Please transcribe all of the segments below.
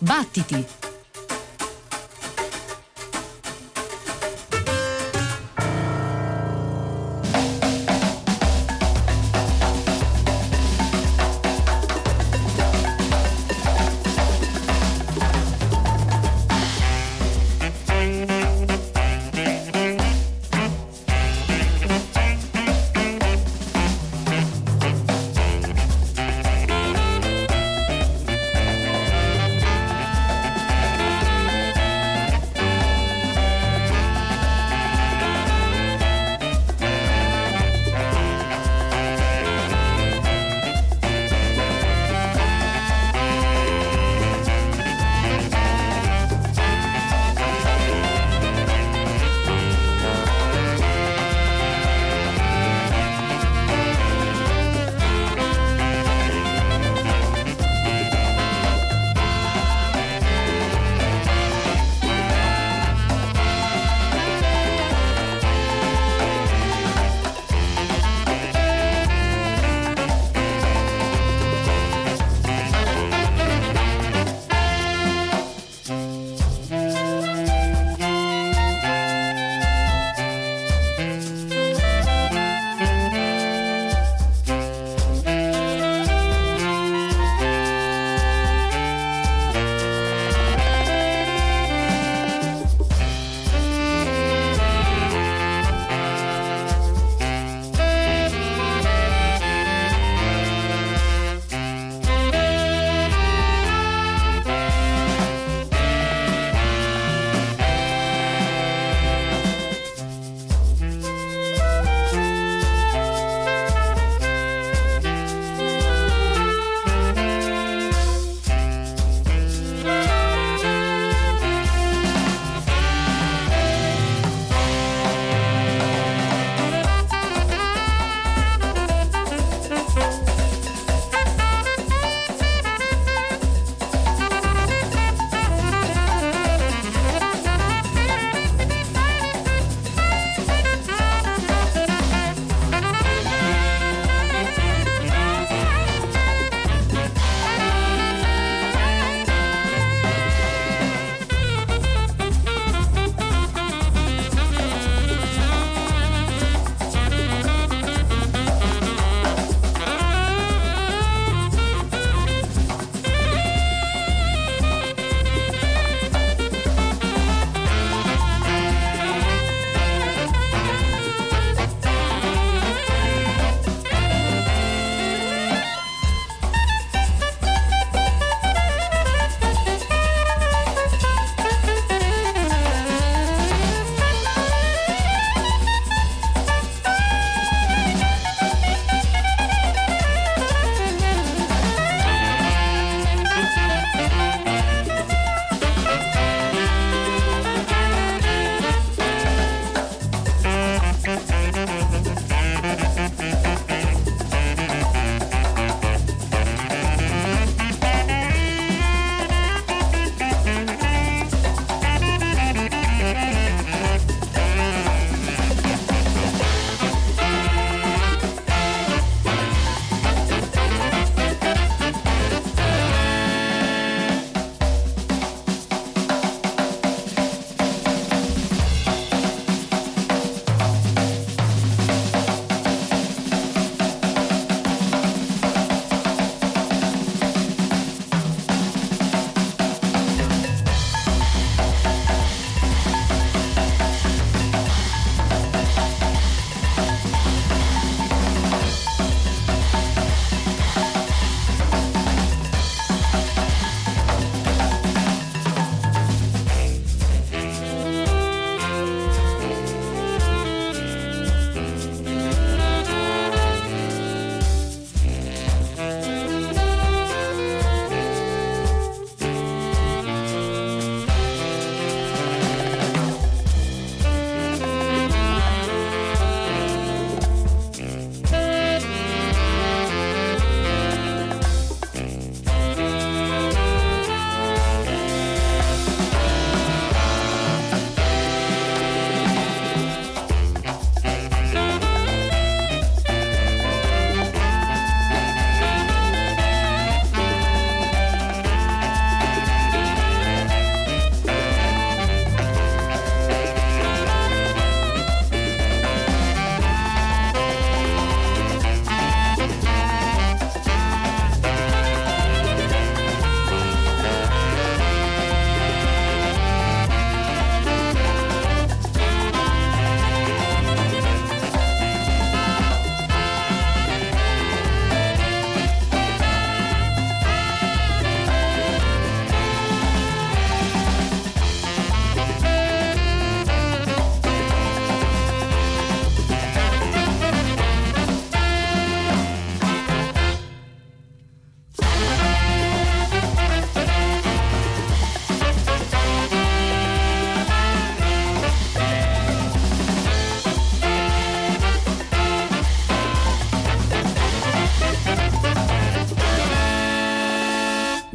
Battiti!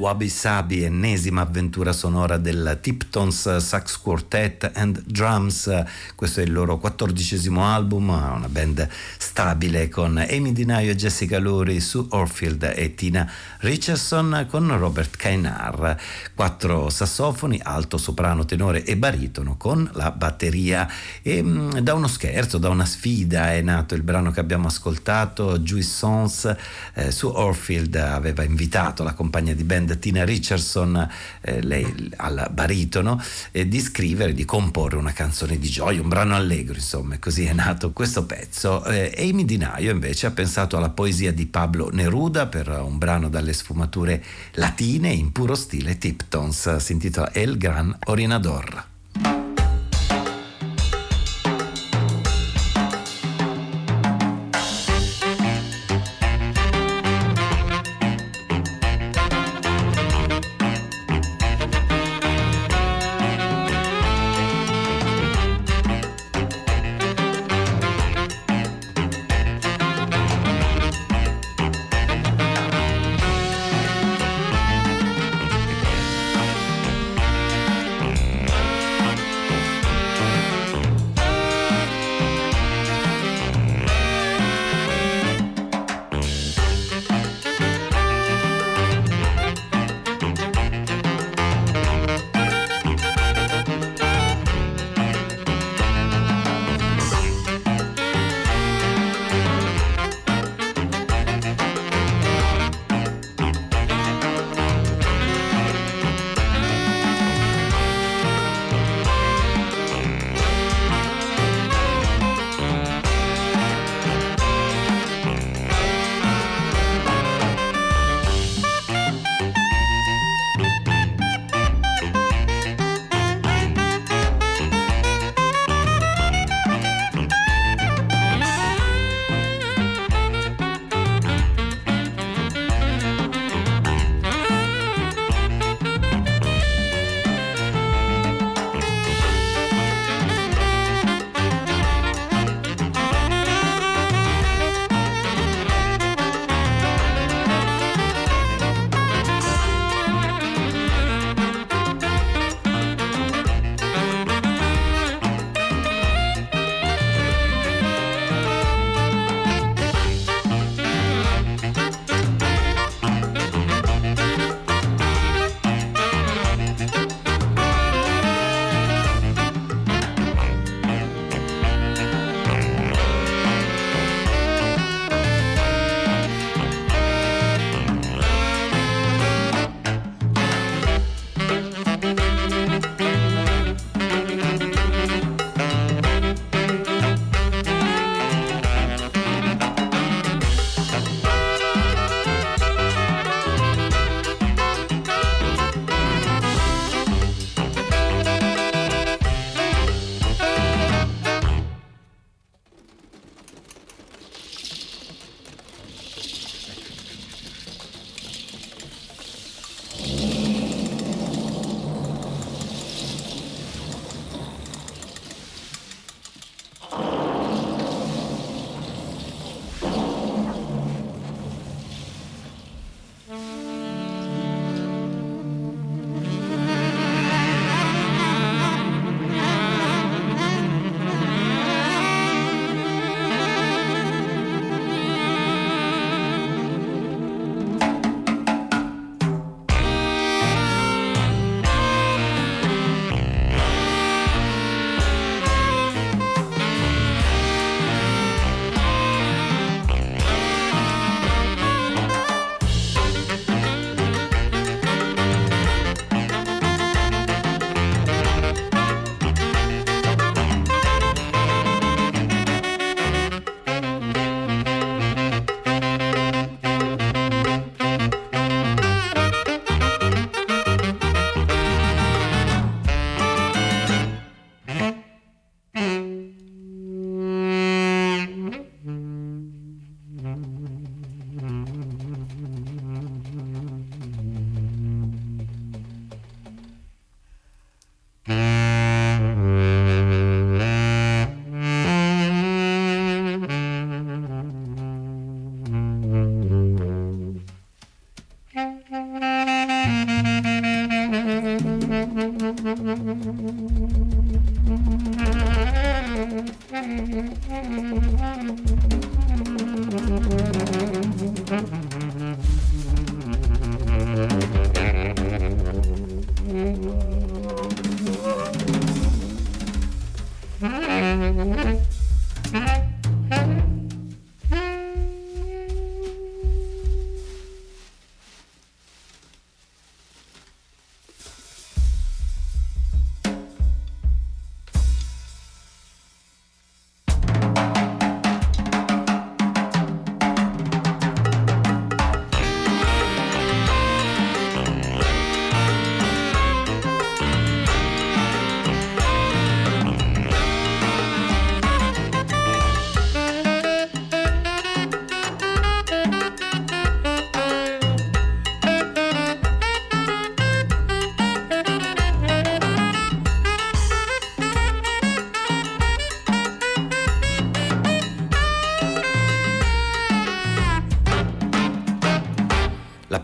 Wabi Sabi, ennesima avventura sonora del Tiptons Sax Quartet and Drums. Questo è il loro 14° album, una band stabile con Amy Dinaio e Jessica Lurie su Orfield e Tina Richardson con Robert Kainar, 4 sassofoni, alto, soprano, tenore e baritono con la batteria. E da uno scherzo, da una sfida è nato il brano che abbiamo ascoltato, Jouissance. Su Orfield aveva invitato la compagna di band Tina Richardson, lei al baritono, di scrivere, di comporre una canzone di gioia, un brano allegro, insomma, e così è nato questo pezzo. Amy Dinaio invece ha pensato alla poesia di Pablo Neruda per un brano dalle sfumature latine in puro stile Tiptons, si intitola El Gran Orinador.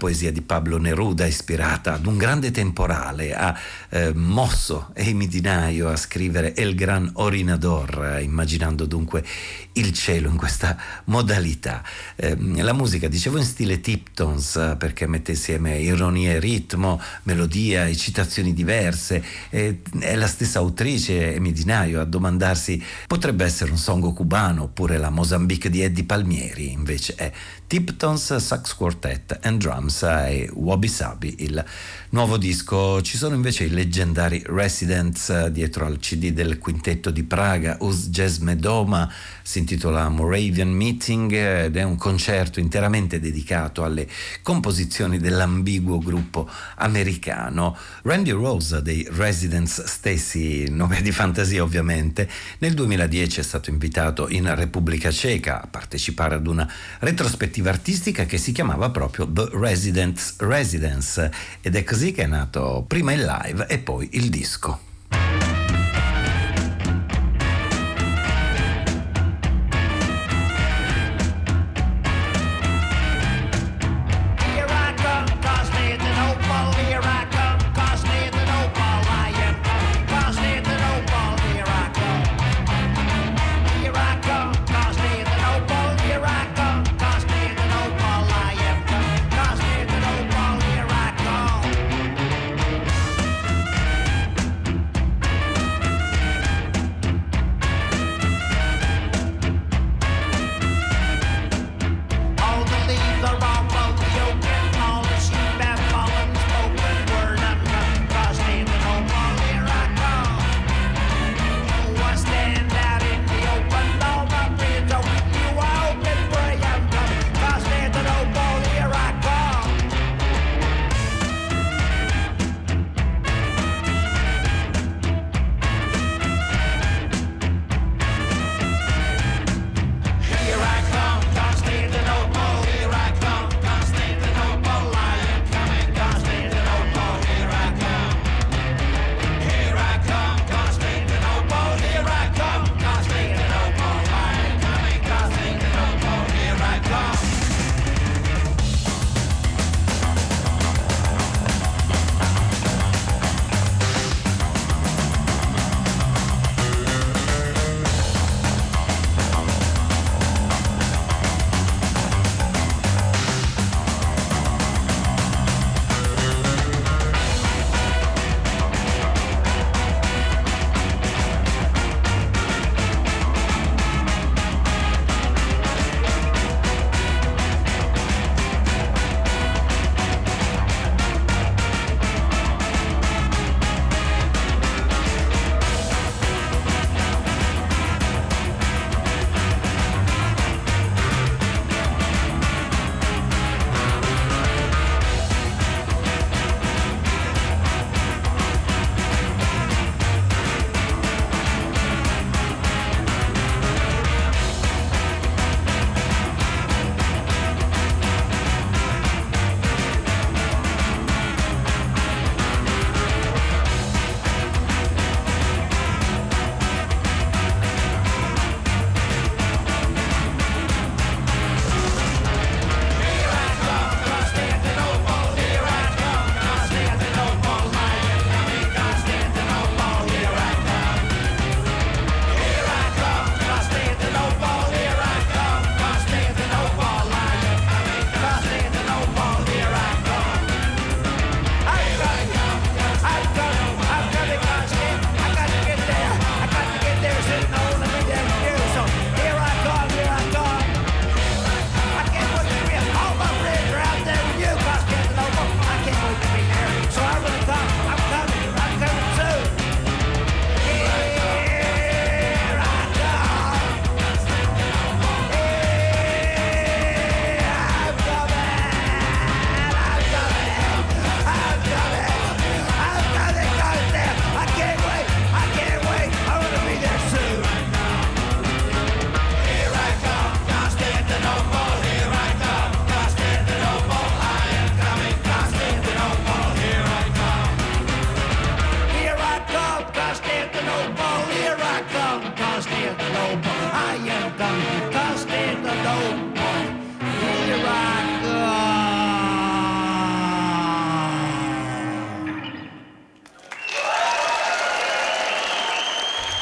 poesia di Pablo Neruda, ispirata ad un grande temporale, ha mosso Amy Di Naio a scrivere El Gran Orinador, immaginando dunque il cielo in questa modalità. La musica, dicevo, in stile Tiptons, perché mette insieme ironia e ritmo, melodia e citazioni diverse. È la stessa autrice, Amy Di Naio, a domandarsi: potrebbe essere un songo cubano, oppure la Mozambique di Eddie Palmieri? Invece è Tiptons Sax Quartet and Drums e Wabi Sabi, il nuovo disco. Ci sono invece i leggendari Residents dietro al CD del quintetto di Praga Uz Jazzme Doma. Si intitola Moravian Meeting ed è un concerto interamente dedicato alle composizioni dell'ambiguo gruppo americano. Randy Rose dei Residents stessi, nome di fantasia ovviamente, nel 2010 è stato invitato in Repubblica Ceca a partecipare ad una retrospettiva artistica che si chiamava proprio The Residents Residence, ed è così che è nato prima il live e poi il disco.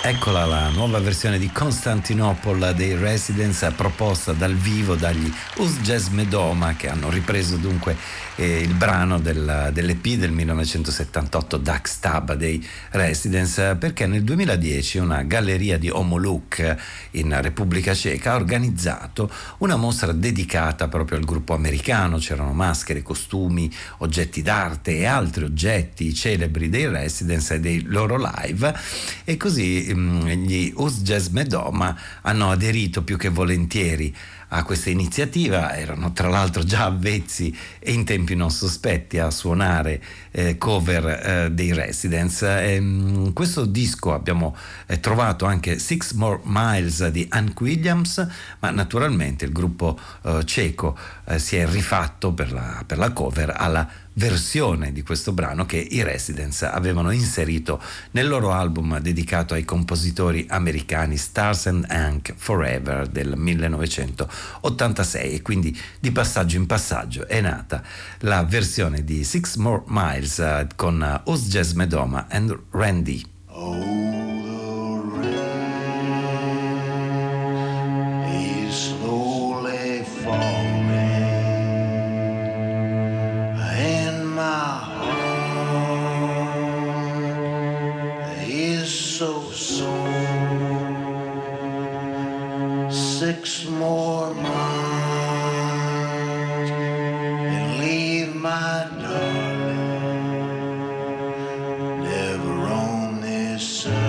Eccola la nuova versione di Constantinople dei Residents, proposta dal vivo dagli Us Jazz Medoma, che hanno ripreso dunque il brano dell'EP del 1978 Duck Stab dei Residents, perché nel 2010 una galleria di Omoluk in Repubblica Ceca ha organizzato una mostra dedicata proprio al gruppo americano. C'erano maschere, costumi, oggetti d'arte e altri oggetti celebri dei Residents e dei loro live, e così gli Us Jazz Medoma hanno aderito più che volentieri a questa iniziativa. Erano tra l'altro già avvezzi e in tempi non sospetti a suonare cover dei Residents. Questo disco abbiamo trovato anche Six More Miles di Hank Williams, ma naturalmente il gruppo ceco si è rifatto per la cover alla versione di questo brano che i Residents avevano inserito nel loro album dedicato ai compositori americani Stars and Hank Forever del 1986, e quindi di passaggio in passaggio è nata la versione di Six More Miles con Us Jazz Medoma and Randy. Six more miles and leave my darling never on this side.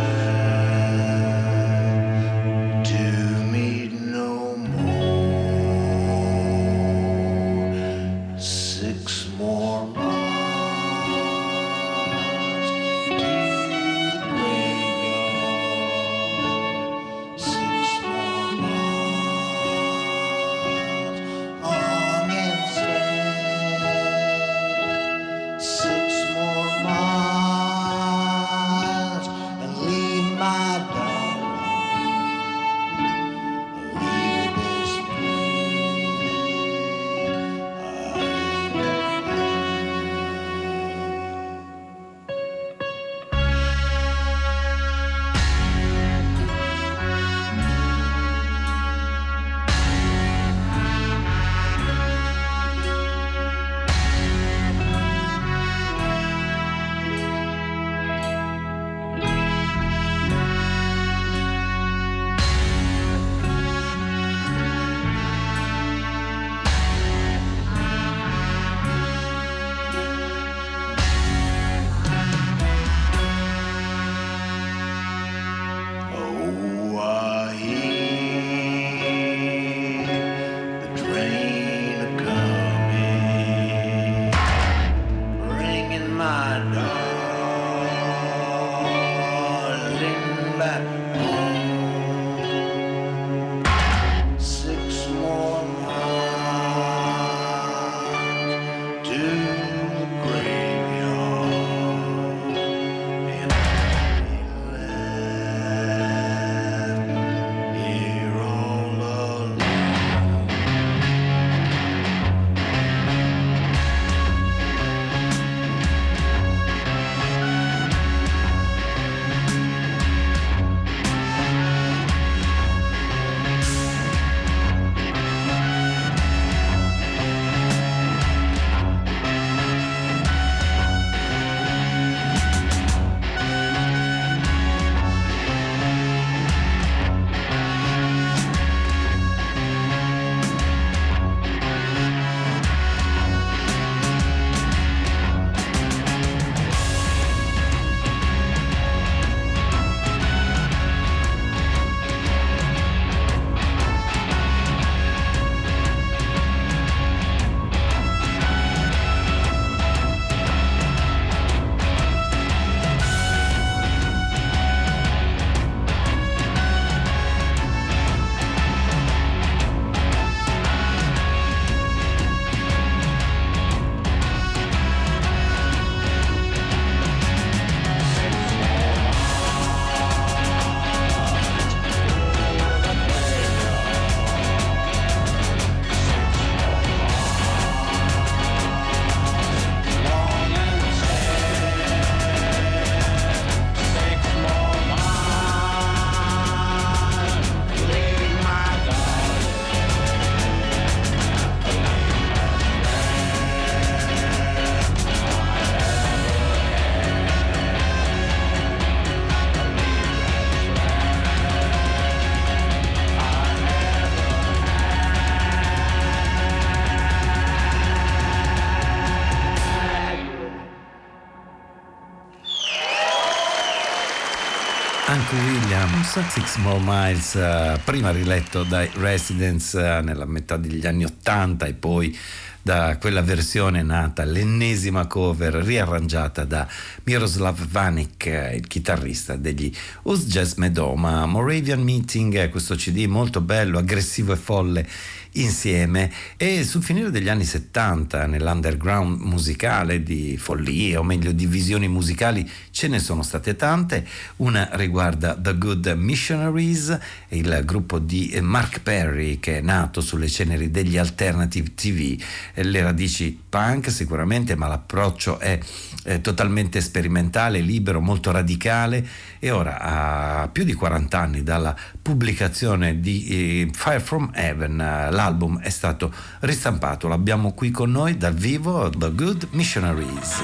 Hank Williams, Six More Miles, prima riletto dai Residents nella metà degli anni '80 e poi da quella versione nata, l'ennesima cover riarrangiata da Miroslav Vanik, il chitarrista degli Uz Jazz Medoma. Moravian Meeting, questo CD molto bello, aggressivo e folle insieme, e sul finire degli anni '70 nell'underground musicale di follie, o meglio di visioni musicali, ce ne sono state tante. Una riguarda The Good Missionaries, il gruppo di Mark Perry che è nato sulle ceneri degli Alternative TV, le radici punk sicuramente, ma l'approccio è totalmente sperimentale, libero, molto radicale, e ora a più di 40 anni dalla pubblicazione di Fire From Heaven l'album è stato ristampato, l'abbiamo qui con noi dal vivo, The Good Missionaries.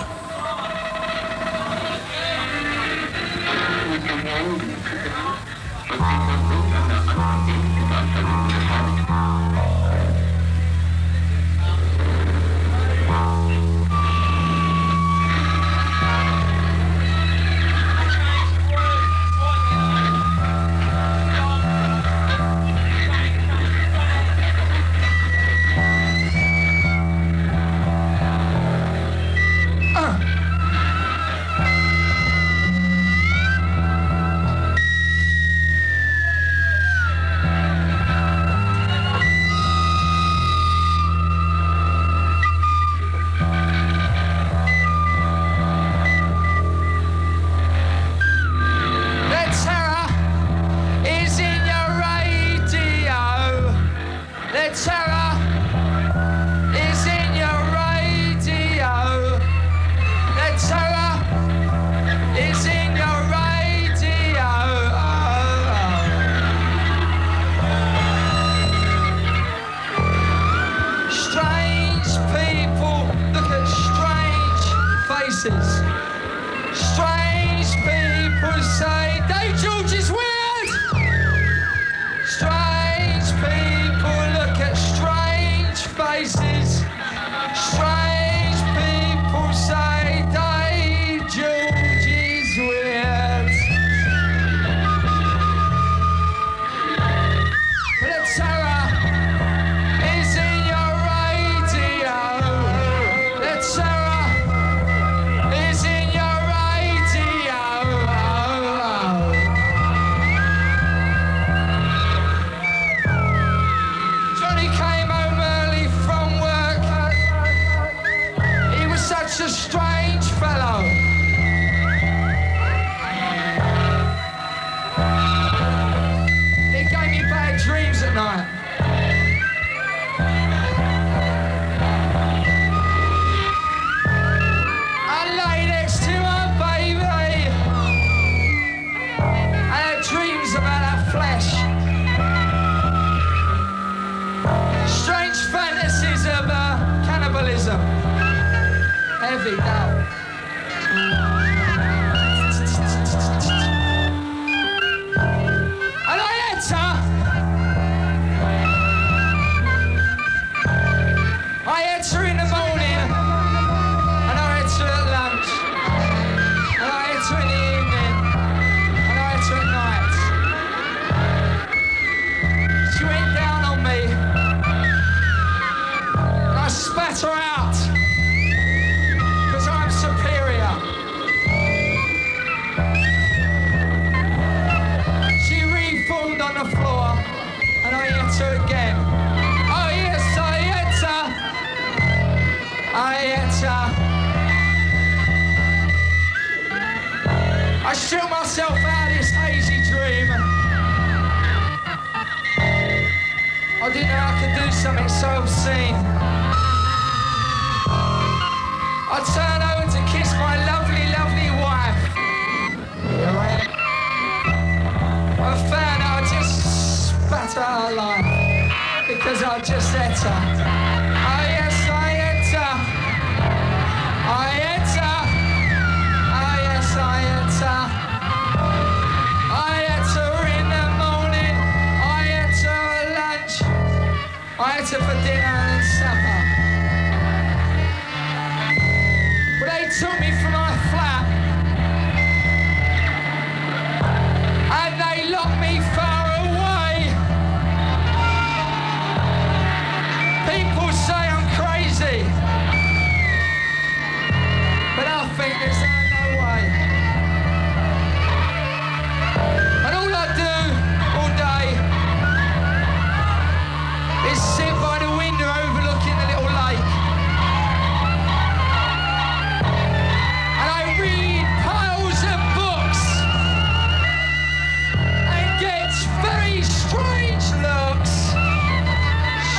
Took me from my flat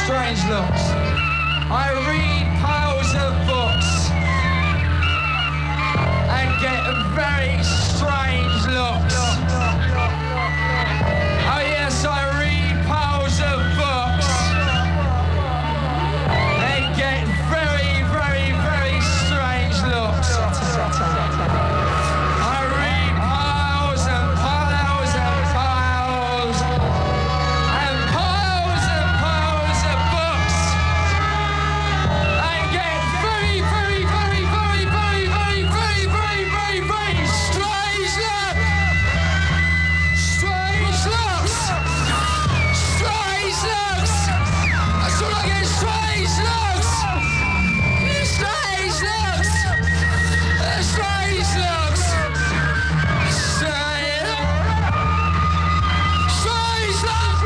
strange looks. I read piles of books and get very strange looks. Oh yes, I read piles of books and get very, very, very strange looks. I read piles and piles and piles and piles and piles of books and get very, very, very, very, very, very, very, very, very, very strange looks. Strange looks. Strange looks. That's all I get. Strange looks. Strange looks. Strange looks. Strange looks.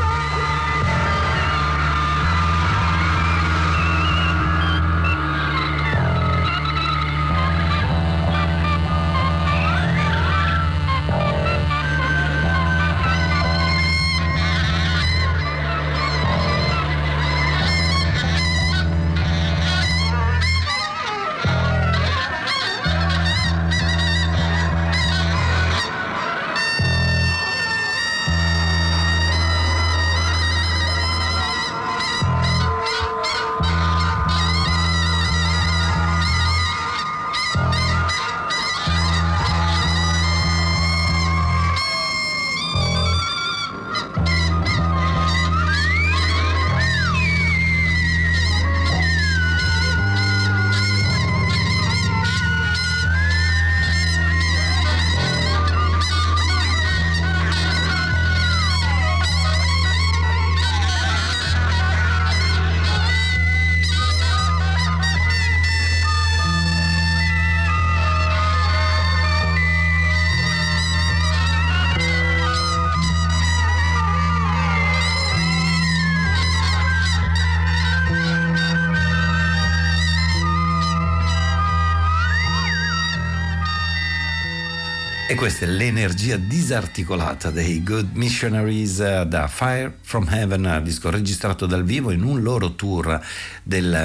E questa è l'energia disarticolata dei Good Missionaries da Fire from Heaven, disco registrato dal vivo in un loro tour del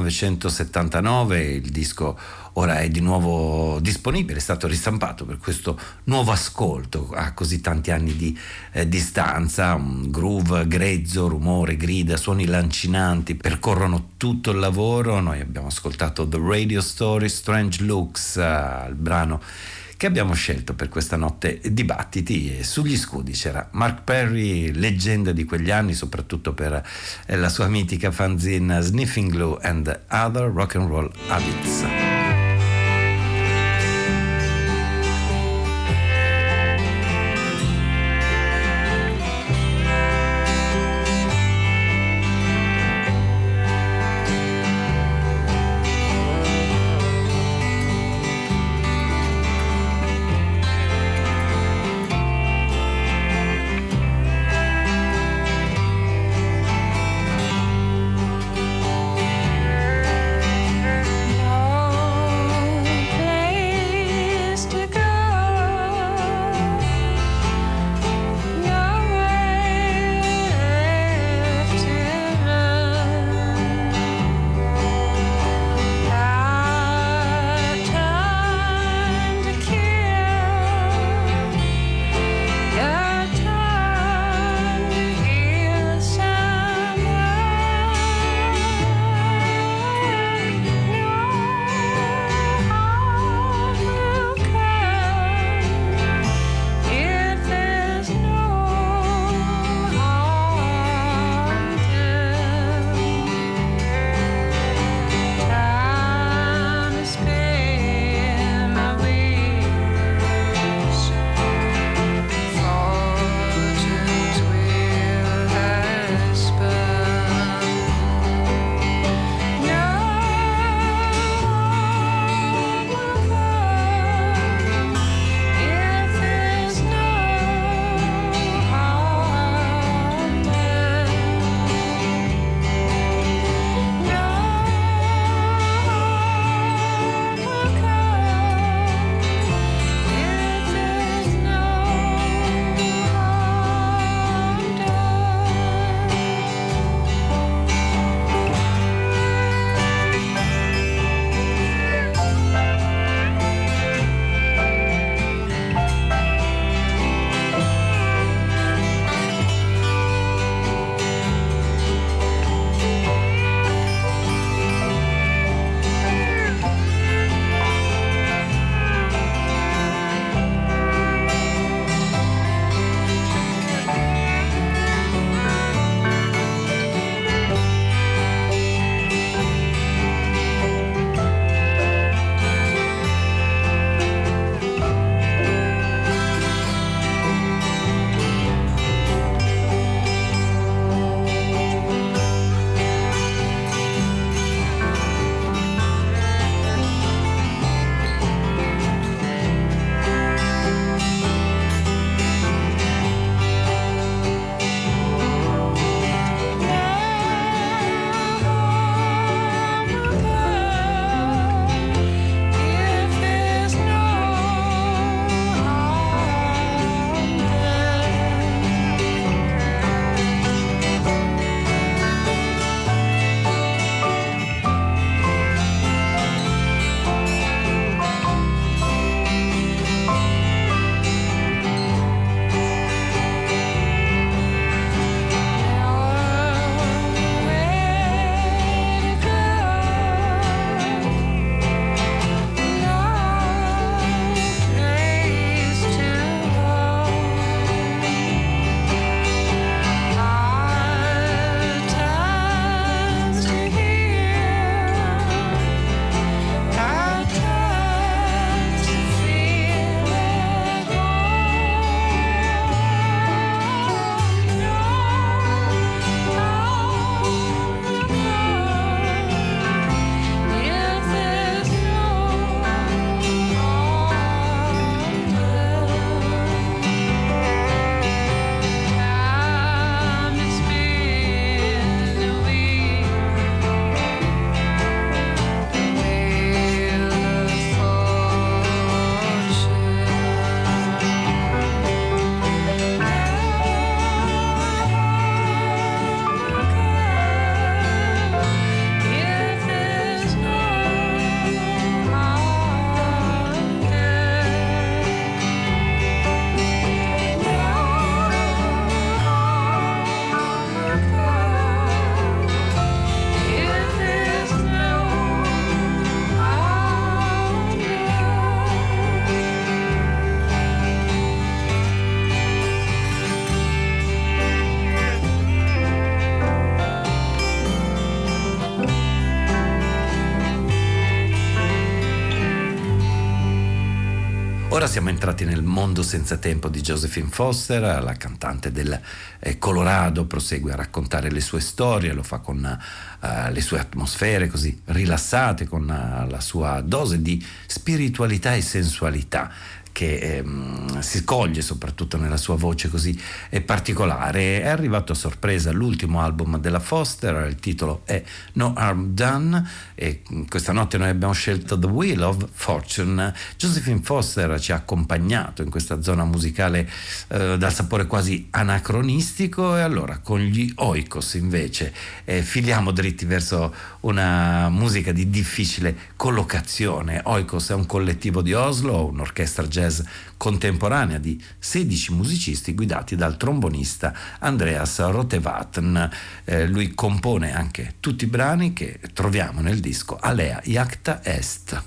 1979. Il disco ora è di nuovo disponibile, è stato ristampato per questo nuovo ascolto a così tanti anni di distanza. Un groove grezzo, rumore, grida, suoni lancinanti percorrono tutto il lavoro. Noi abbiamo ascoltato The Radio Story, Strange Looks, il brano che abbiamo scelto per questa notte dibattiti. E sugli scudi c'era Mark Perry, leggenda di quegli anni, soprattutto per la sua mitica fanzine Sniffing Glue and Other Rock and Roll Habits. No. Ora siamo entrati nel mondo senza tempo di Josephine Foster, la cantante del Colorado prosegue a raccontare le sue storie, lo fa con le sue atmosfere così rilassate, con la sua dose di spiritualità e sensualità che si coglie soprattutto nella sua voce così particolare. È arrivato a sorpresa l'ultimo album della Foster, il titolo è No Harm Done, e questa notte noi abbiamo scelto The Wheel of Fortune. Josephine Foster ci ha accompagnato in questa zona musicale dal sapore quasi anacronistico, e allora con gli Oikos invece filiamo dritti verso una musica di difficile collocazione. Oikos è un collettivo di Oslo, un'orchestra jazz contemporanea di 16 musicisti guidati dal trombonista Andreas Rotevatn. Lui compone anche tutti i brani che troviamo nel disco Alea Iacta Est.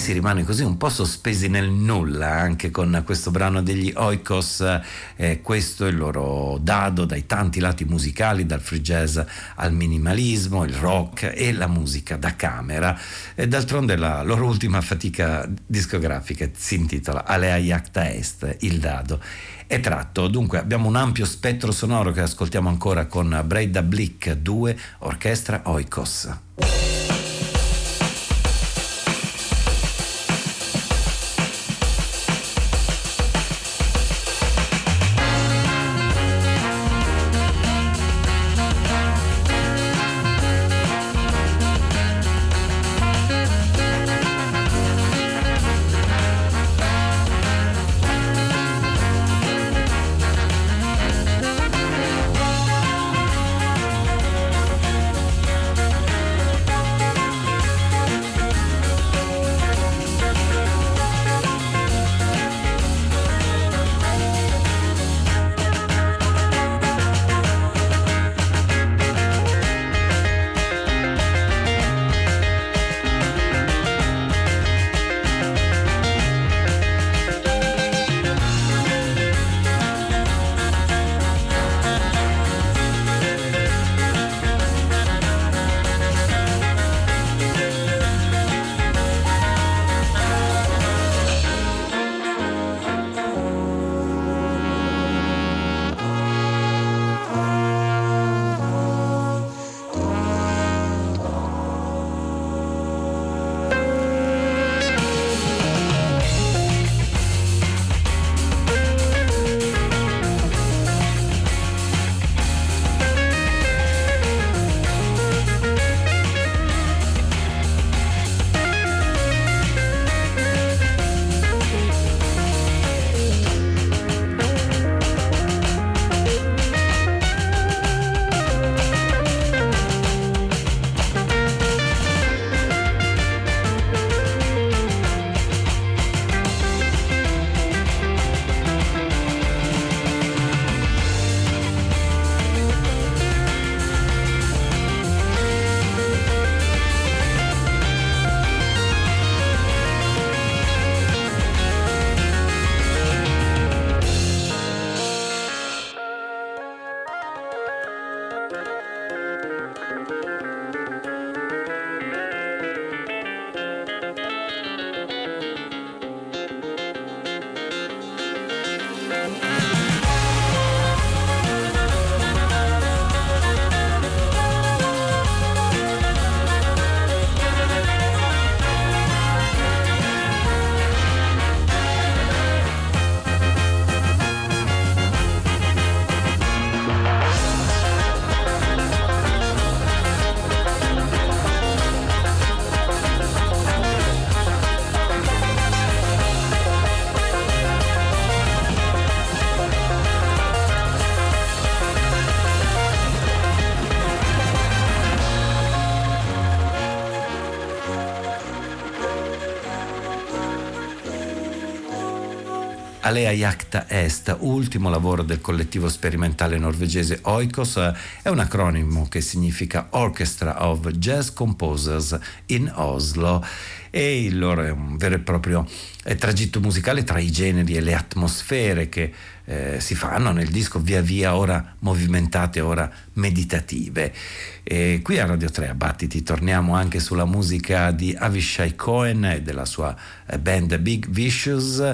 si rimane così un po' sospesi nel nulla anche con questo brano degli Oikos. Questo è il loro dado dai tanti lati musicali, dal free jazz al minimalismo, il rock e la musica da camera. E d'altronde la loro ultima fatica discografica si intitola Alea Iacta Est, il dado. È tratto, dunque abbiamo un ampio spettro sonoro che ascoltiamo ancora con Breda Blick 2, Orchestra Oikos. Alea Iacta Est, ultimo lavoro del collettivo sperimentale norvegese Oikos, è un acronimo che significa Orchestra of Jazz Composers in Oslo, e il loro è un vero e proprio tragitto musicale tra i generi e le atmosfere che si fanno nel disco, via via ora movimentate, ora meditative. E qui a Radio 3 a Battiti torniamo anche sulla musica di Avishai Cohen e della sua band Big Vicious.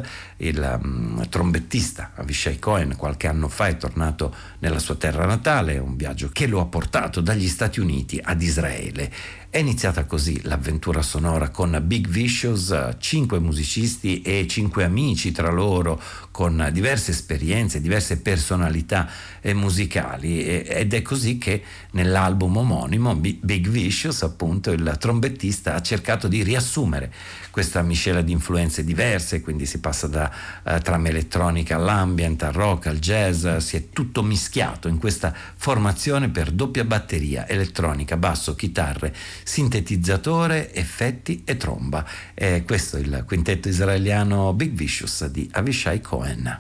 Il trombettista Avishai Cohen qualche anno fa è tornato nella sua terra natale, un viaggio che lo ha portato dagli Stati Uniti ad Israele. È iniziata così l'avventura sonora con Big Vicious, 5 musicisti e 5 amici tra loro, con diverse esperienze, diverse personalità musicali, ed è così che nell'album omonimo Big Vicious, appunto, il trombettista ha cercato di riassumere questa miscela di influenze diverse, quindi si passa da trama elettronica all'ambient, al rock, al jazz, si è tutto mischiato in questa formazione per doppia batteria, elettronica, basso, chitarre, sintetizzatore, effetti e tromba. Questo è il quintetto israeliano Big Vicious di Avishai Cohen.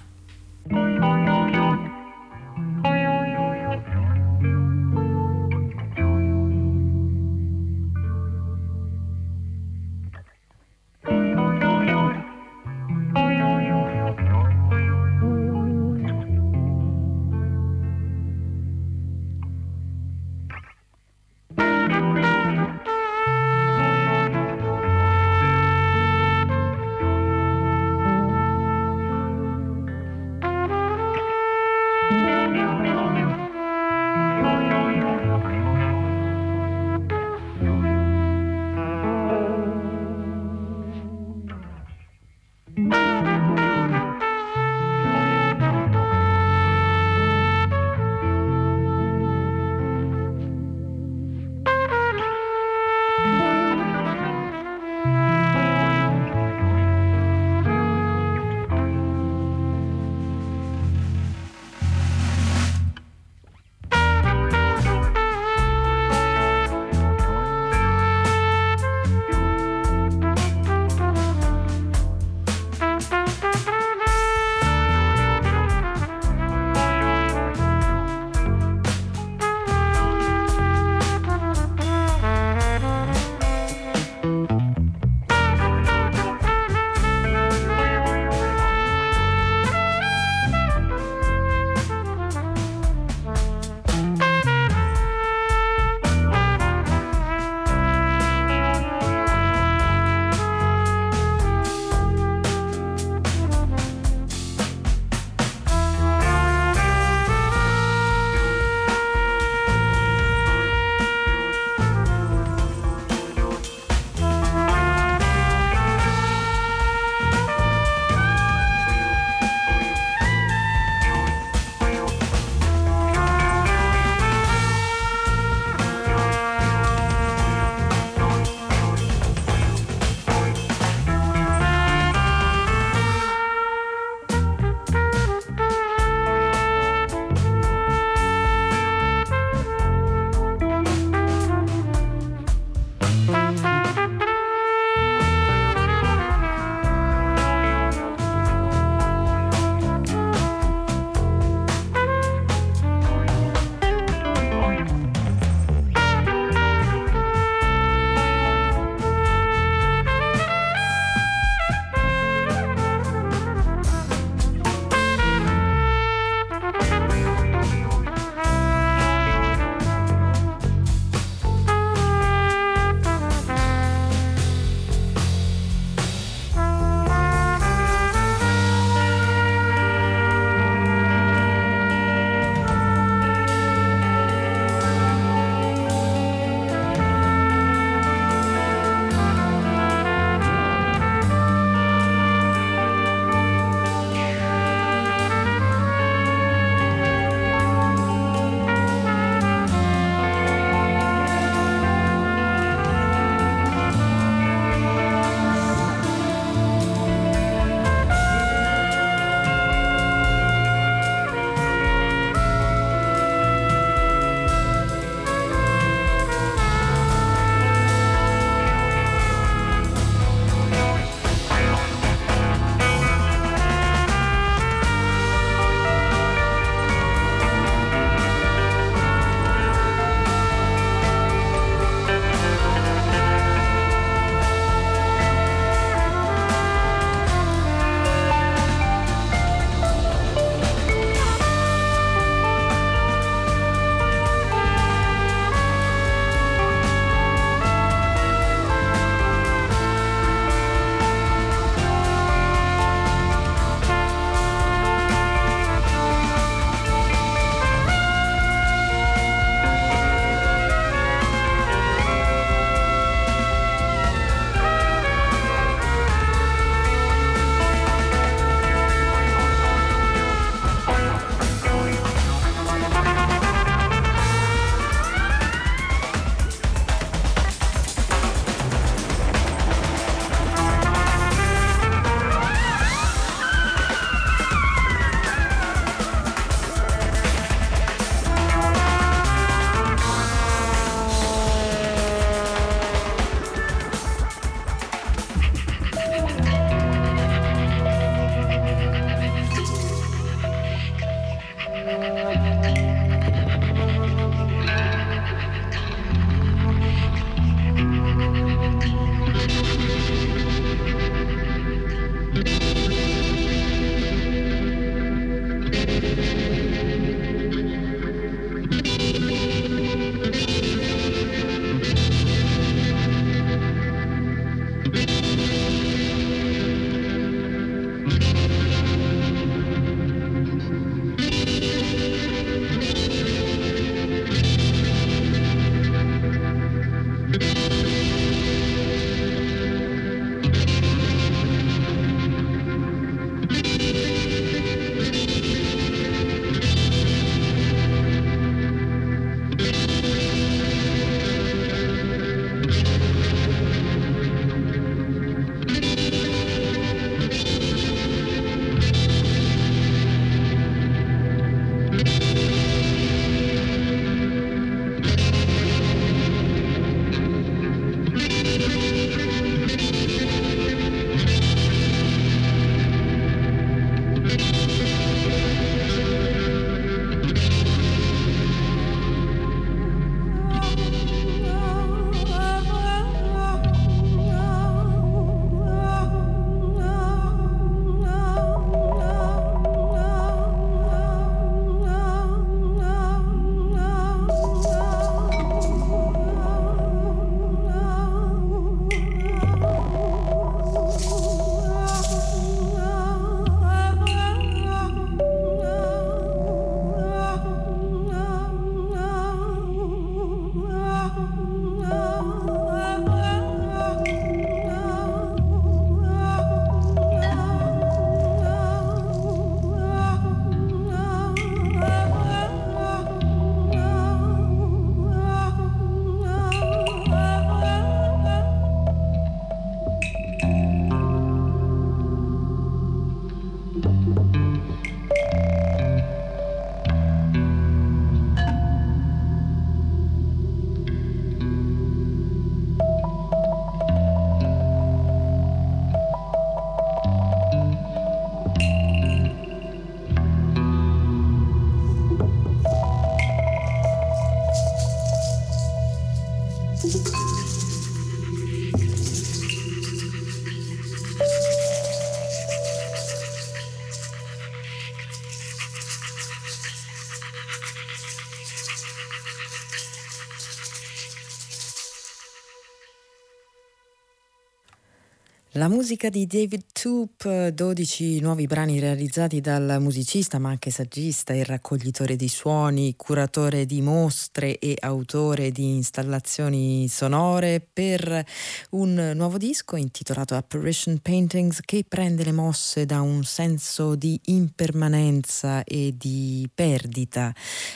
La musica di David Toop, 12 nuovi brani realizzati dal musicista ma anche saggista e raccoglitore di suoni, curatore di mostre e autore di installazioni sonore per un nuovo disco intitolato Apparition Paintings, che prende le mosse da un senso di impermanenza e di perdita.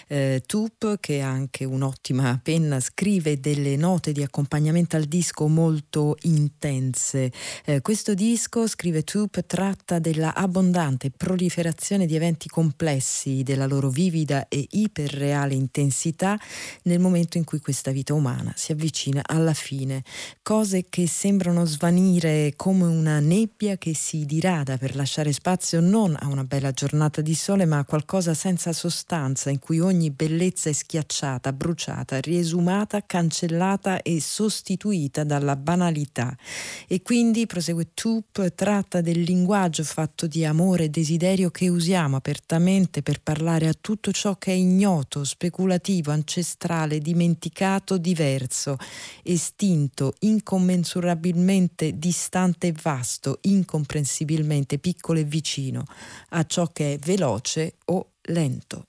Toop, che ha anche un'ottima penna, scrive delle note di accompagnamento al disco molto intense. Questo disco, scrive Toop, tratta della abbondante proliferazione di eventi complessi, della loro vivida e iperreale intensità nel momento in cui questa vita umana si avvicina alla fine. Cose che sembrano svanire come una nebbia che si dirada per lasciare spazio non a una bella giornata di sole, ma a qualcosa senza sostanza, in cui ogni bellezza è schiacciata, bruciata, riesumata, cancellata e sostituita dalla banalità. E quindi, prosegue Toop, tratta del linguaggio fatto di amore e desiderio che usiamo apertamente per parlare a tutto ciò che è ignoto, speculativo, ancestrale, dimenticato, diverso, estinto, incommensurabilmente distante e vasto, incomprensibilmente piccolo e vicino, a ciò che è veloce o lento.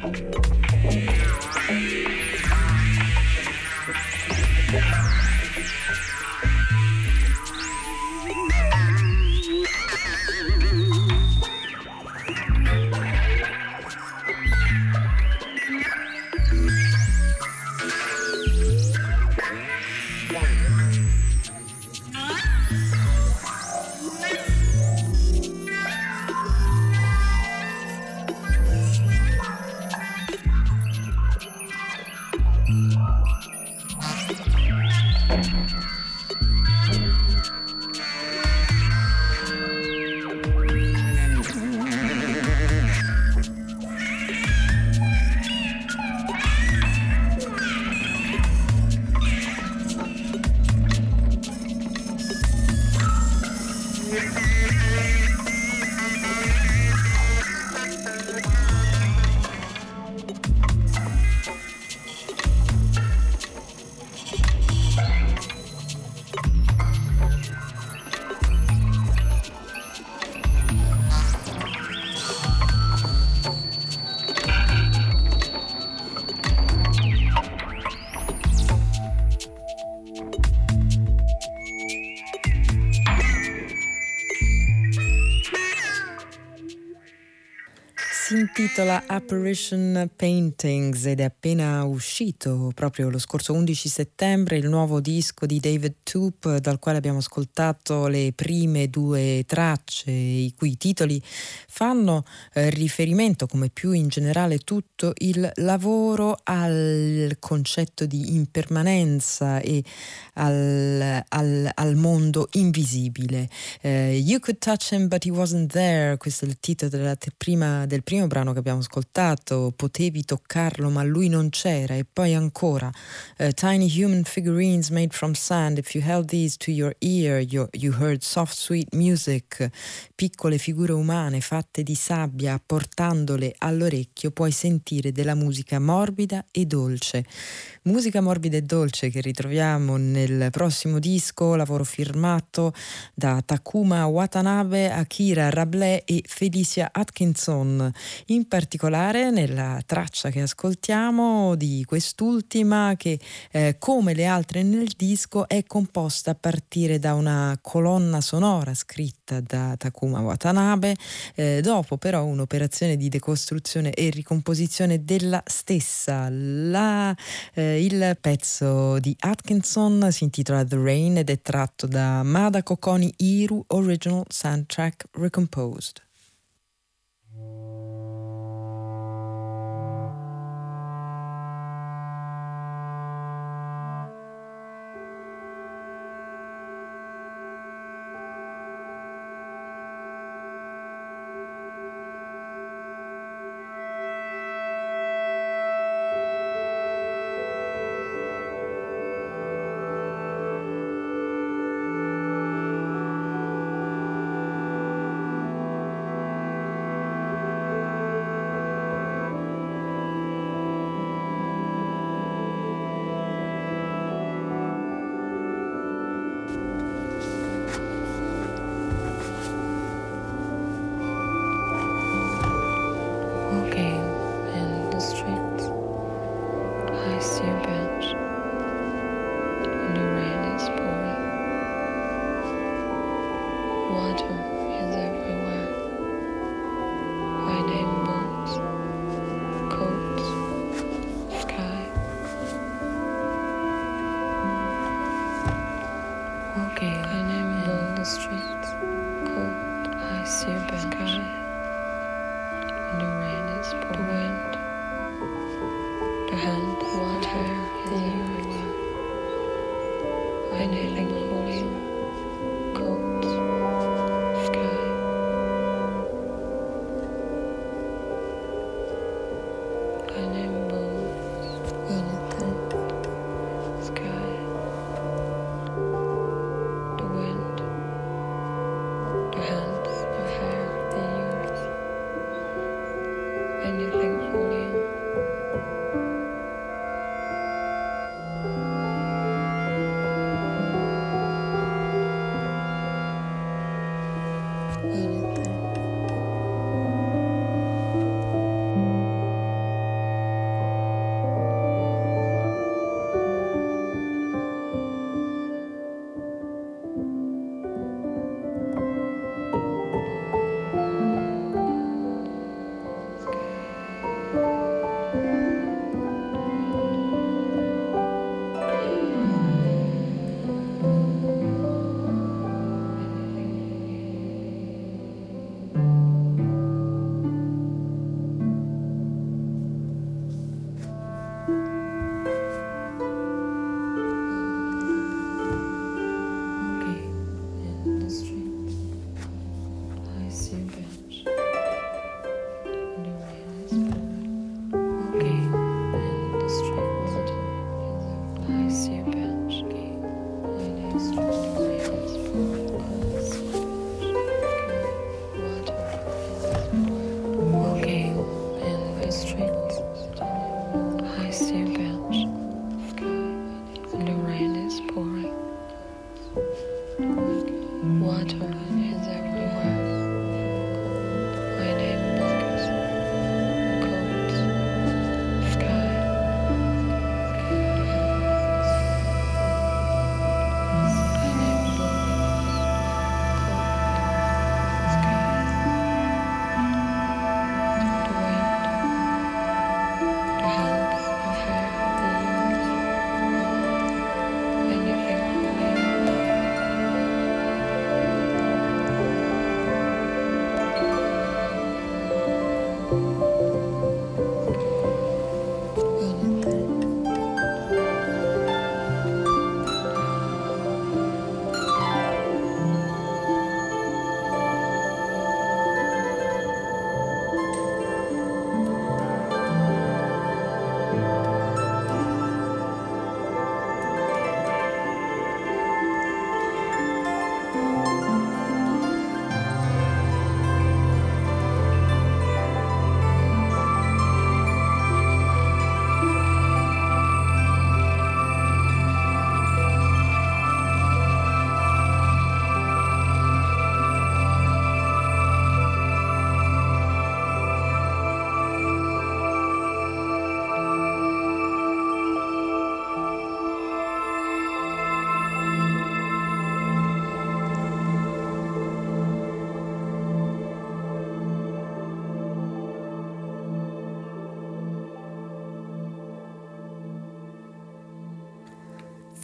Si intitola Apparition Paintings ed è appena uscito proprio lo scorso 11 settembre il nuovo disco di David Toop, dal quale abbiamo ascoltato le prime due tracce, i cui titoli fanno riferimento, come più in generale tutto il lavoro, al concetto di impermanenza e al mondo invisibile. You Could Touch Him But He Wasn't There, questo è il titolo del primo brano che abbiamo ascoltato. Potevi toccarlo ma lui non c'era. E poi ancora Tiny Human Figurines Made from Sand, if you held these to your ear you heard soft sweet music. Piccole figure umane fatte di sabbia, portandole all'orecchio puoi sentire della musica morbida e dolce. Musica morbida e dolce che ritroviamo nel prossimo disco, lavoro firmato da Takuma Watanabe, Akira Rabelais e Felicia Atkinson. In particolare nella traccia che ascoltiamo di quest'ultima, che come le altre nel disco è composta a partire da una colonna sonora scritta da Takuma Watanabe, dopo però un'operazione di decostruzione e ricomposizione della stessa. Il pezzo di Atkinson si intitola The Rain ed è tratto da Madako Koni Iru Original Soundtrack Recomposed.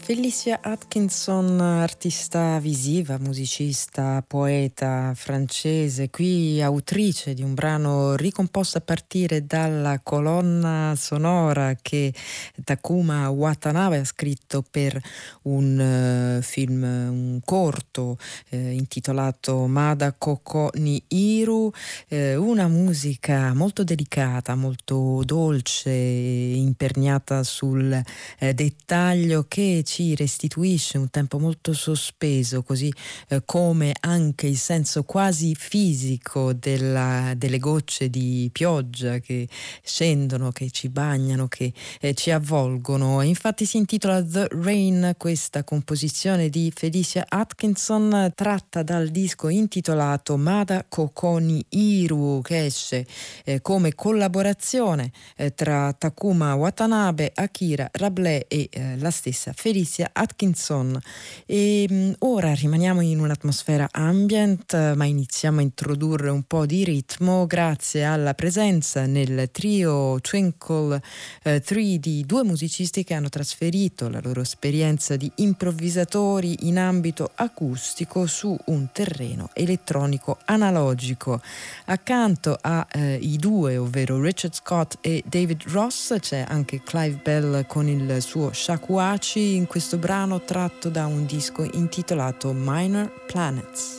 Felicia Atkinson, artista visiva, musicista, poeta francese, qui autrice di un brano ricomposto a partire dalla colonna sonora che Takuma Watanabe ha scritto per un film, un corto intitolato Mada Koko ni Iru, una musica molto delicata, molto dolce, imperniata sul dettaglio che ci restituisce un tempo molto sospeso, così come anche il senso quasi fisico delle gocce di pioggia che scendono, che ci bagnano, che ci avvolgono. Infatti si intitola The Rain, questa composizione di Felicia Atkinson tratta dal disco intitolato Mada Koko ni Iru, che esce come collaborazione tra Takuma Watanabe, Akira Rabelais e la stessa Felicia Atkinson. E ora rimaniamo in un'atmosfera ambient, ma iniziamo a introdurre un po' di ritmo grazie alla presenza nel trio Twinkle 3 di due musicisti che hanno trasferito la loro esperienza di improvvisatori in ambito acustico su un terreno elettronico analogico. Accanto ai due, ovvero Richard Scott e David Ross, c'è anche Clive Bell con il suo shakuhachi in questo brano tratto da un disco intitolato Minor Planets.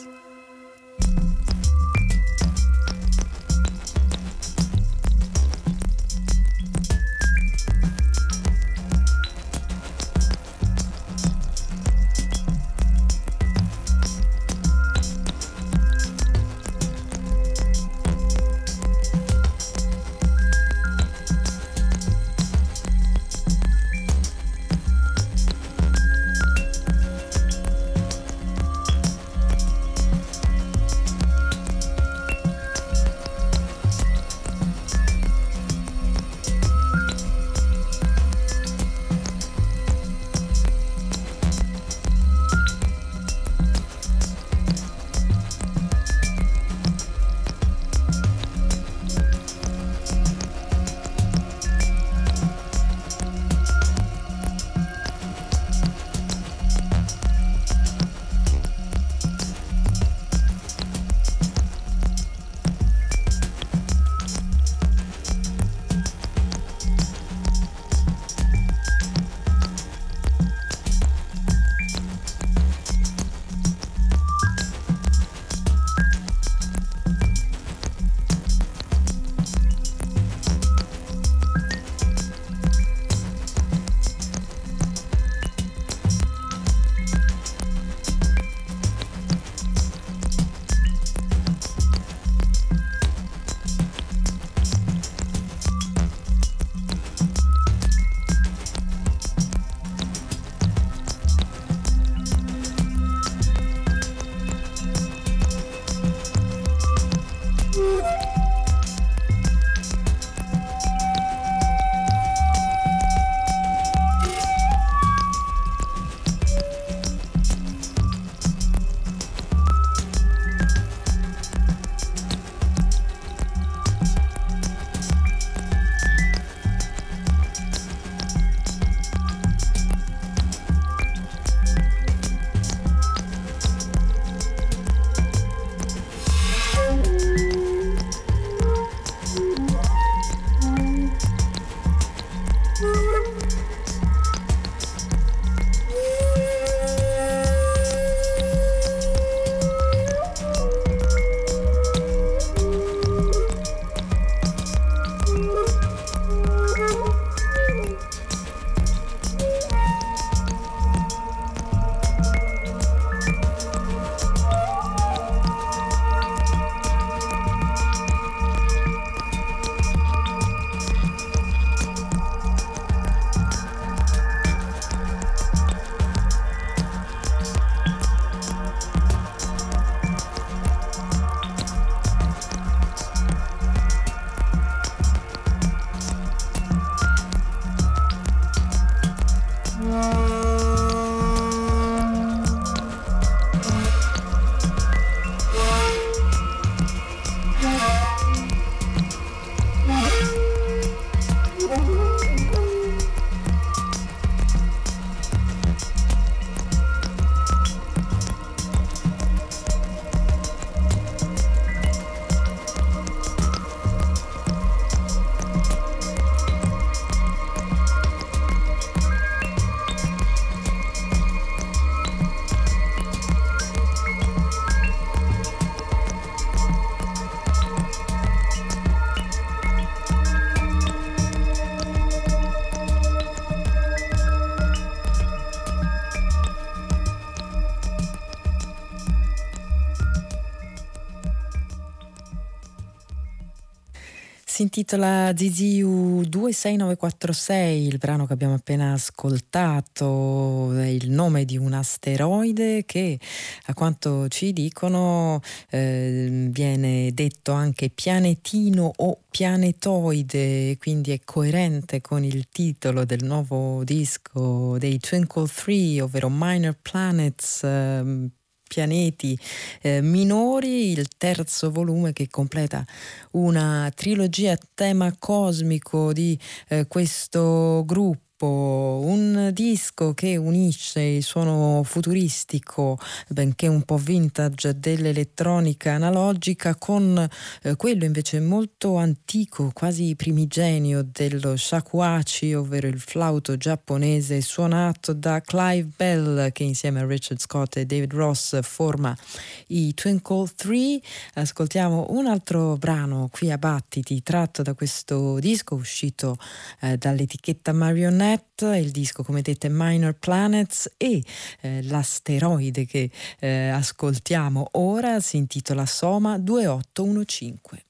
Si intitola ZZU 26946, il brano che abbiamo appena ascoltato è il nome di un asteroide che, a quanto ci dicono, viene detto anche pianetino o pianetoide, quindi è coerente con il titolo del nuovo disco dei Twinkle 3, ovvero Minor Planets, pianeti minori, il terzo volume che completa una trilogia a tema cosmico di questo gruppo. Un disco che unisce il suono futuristico, benché un po' vintage, dell'elettronica analogica con quello invece molto antico, quasi primigenio, dello shakuhachi, ovvero il flauto giapponese suonato da Clive Bell, che insieme a Richard Scott e David Ross forma i Twinkle 3. Ascoltiamo un altro brano qui a Battiti tratto da questo disco uscito dall'etichetta Marionette. Il disco, come dite, Minor Planets, e l'asteroide che ascoltiamo ora si intitola Soma 2815.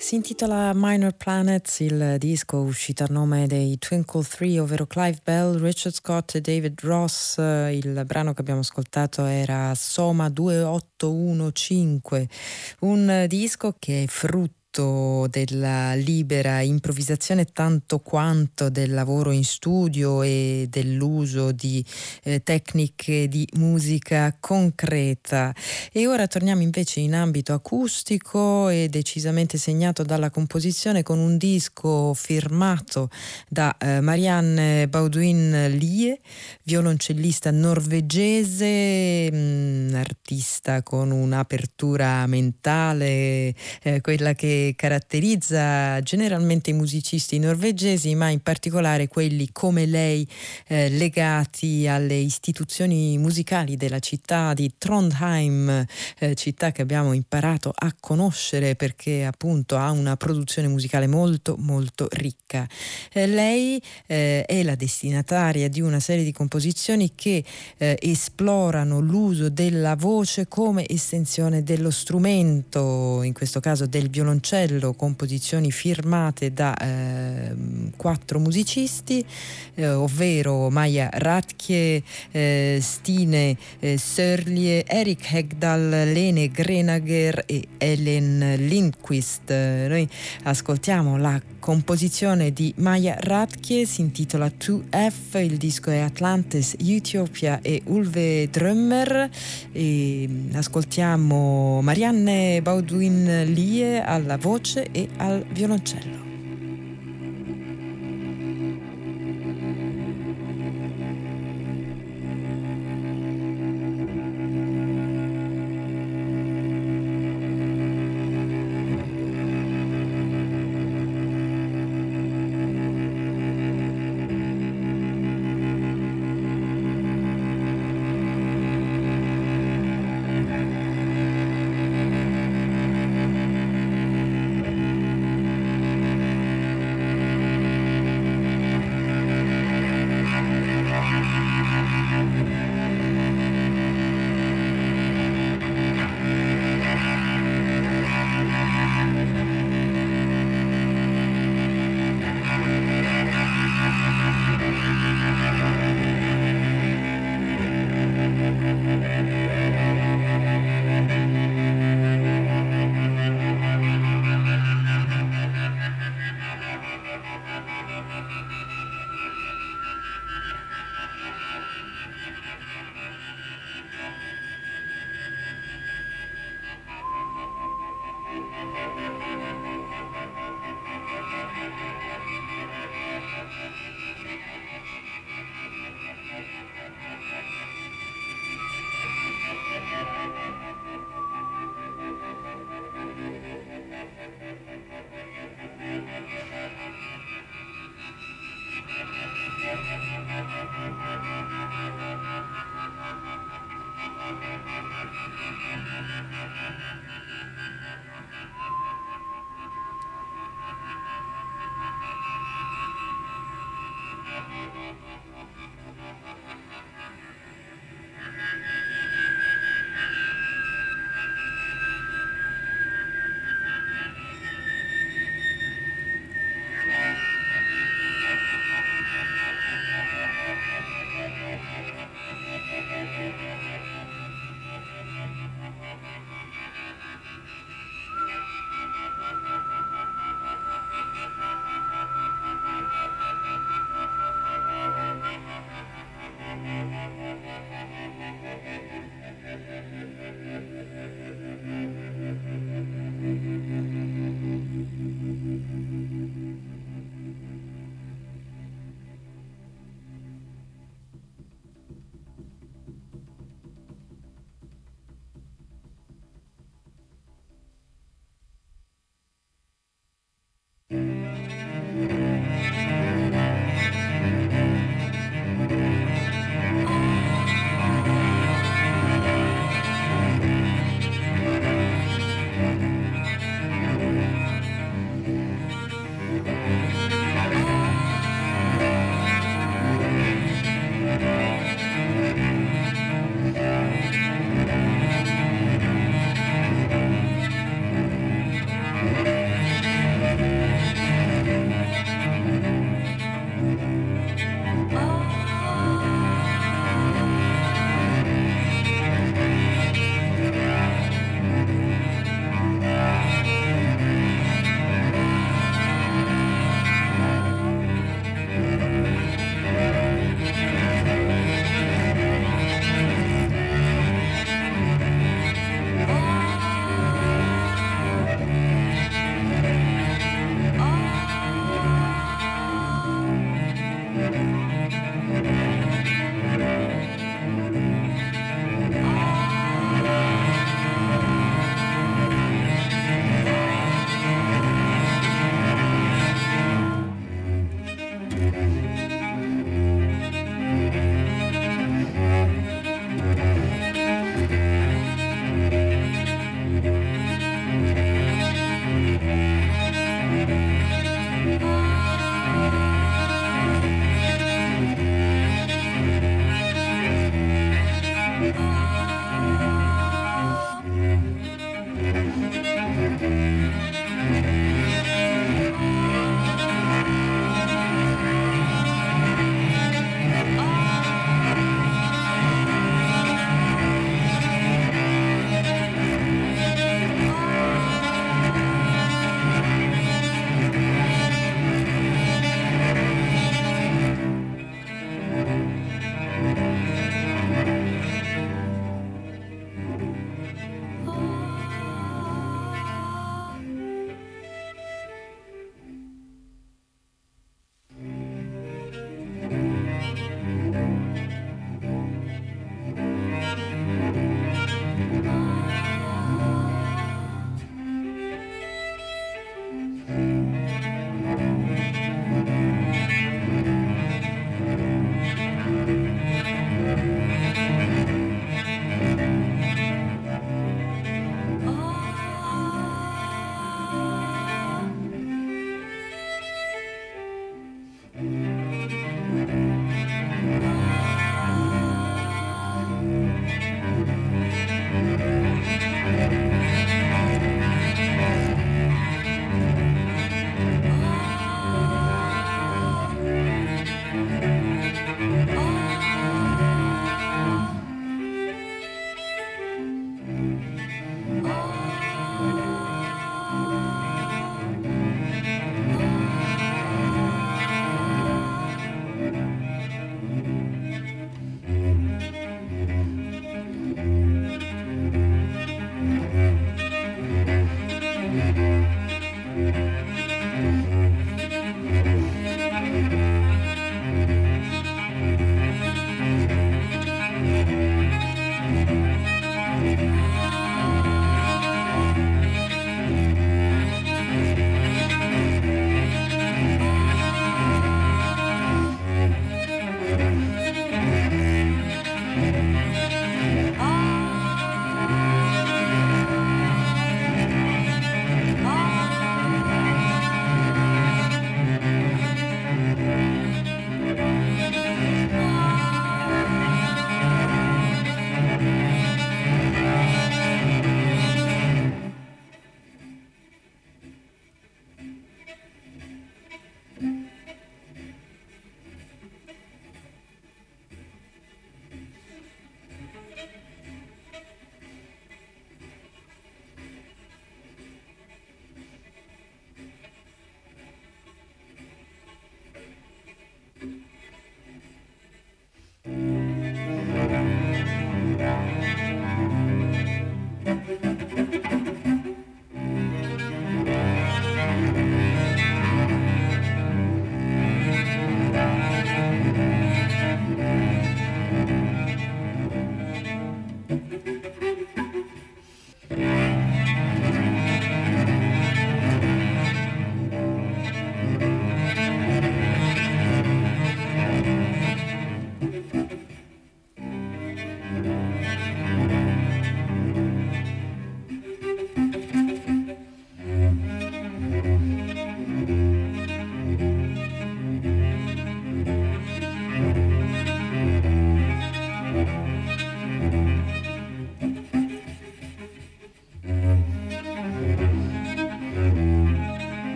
Si intitola Minor Planets, il disco uscito a nome dei Twinkle 3, ovvero Clive Bell, Richard Scott e David Ross. Il brano che abbiamo ascoltato era Soma 2815, un disco che è frutto della libera improvvisazione tanto quanto del lavoro in studio e dell'uso di tecniche di musica concreta. E ora torniamo invece in ambito acustico e decisamente segnato dalla composizione, con un disco firmato da Marianne Bauduin-Lie, violoncellista norvegese, artista con un'apertura mentale, quella che caratterizza generalmente i musicisti norvegesi, ma in particolare quelli come lei legati alle istituzioni musicali della città di Trondheim, città che abbiamo imparato a conoscere perché appunto ha una produzione musicale molto molto ricca. Lei è la destinataria di una serie di composizioni che esplorano l'uso della voce come estensione dello strumento, in questo caso del violoncello, composizioni firmate da 4 musicisti, ovvero Maja Ratke, Stine Sørlie, Erik Hegdal, Lene Grenager e Ellen Lindquist. Noi ascoltiamo la composizione di Maja Ratke, si intitola 2F, il disco è Atlantis, Utopia e Ulve Drömmer, e ascoltiamo Marianne Bauduin-Lie alla voce e al violoncello.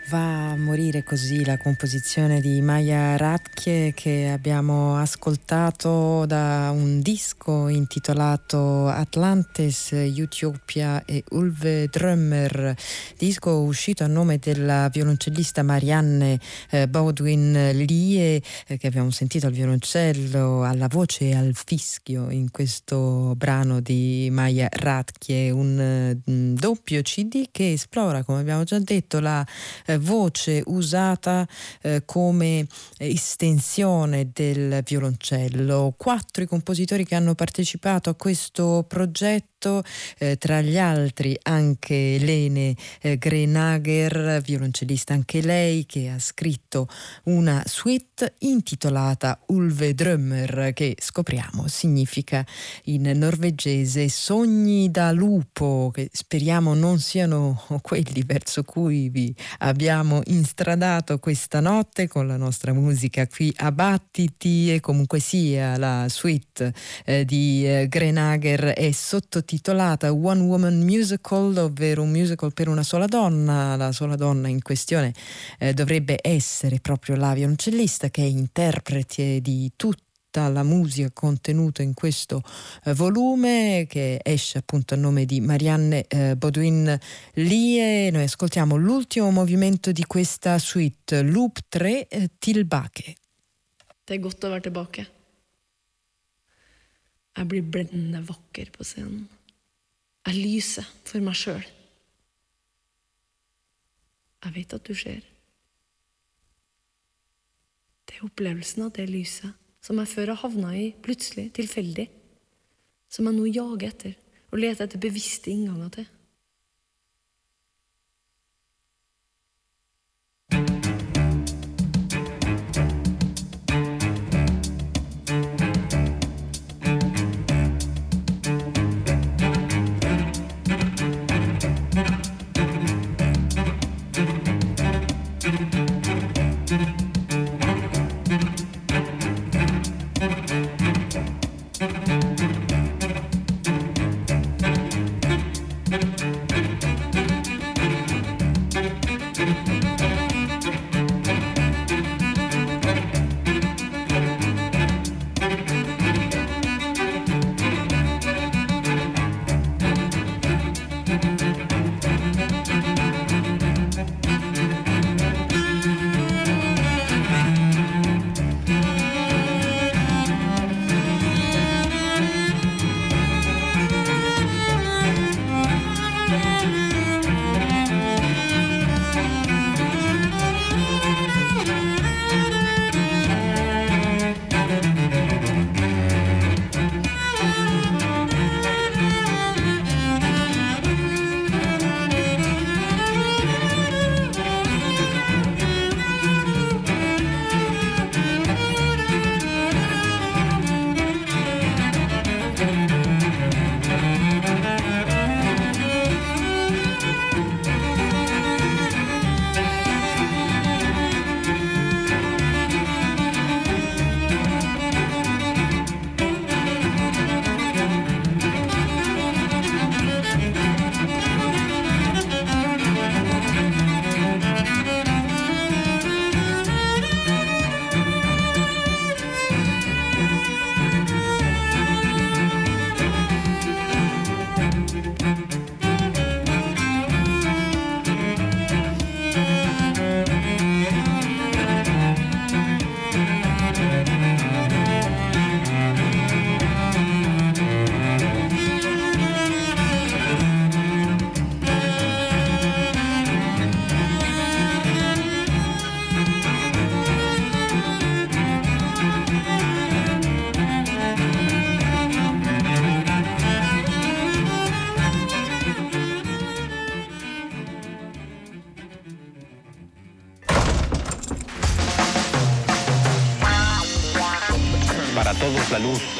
Va a morire così la composizione di Maja Ratke, che abbiamo ascoltato da un disco intitolato Atlantis, Utopia e Ulve Drömer, disco uscito a nome della violoncellista Marianne Bauduin-Lie, che abbiamo sentito al violoncello, alla voce e al fischio in questo brano di Maja Ratke, un doppio CD che esplora, come abbiamo già detto, la voce usata come estensione del violoncello. 4 i compositori che hanno partecipato a questo progetto, tra gli altri anche Lene Grenager, violoncellista anche lei, che ha scritto una suite intitolata Ulve Drömer, che scopriamo significa in norvegese sogni da lupo, che speriamo non siano quelli verso cui vi abbiamo instradato questa notte con la nostra musica qui a Battiti. E comunque sia, la suite di Grenager è sottotitolata One Woman Musical, ovvero un musical per una sola donna. La sola donna in questione dovrebbe essere proprio la violoncellista, che è interprete di tutta la musica contenuta in questo volume, che esce appunto a nome di Marianne Bauduin-Lie. Noi ascoltiamo l'ultimo movimento di questa suite, Loop 3, Tilbake. Det är gott att vara tillbaka. Jag blir bländende vacker på scenen. Jag lyser för mig själv. Jag vet att du ser. Det är upplevelsen av det lyset som jeg før har havnet i, plutselig, tilfeldig, som jeg nå jager etter og leter etter bevisste innganger til. todos la luz.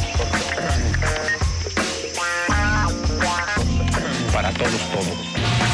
Para todos todo.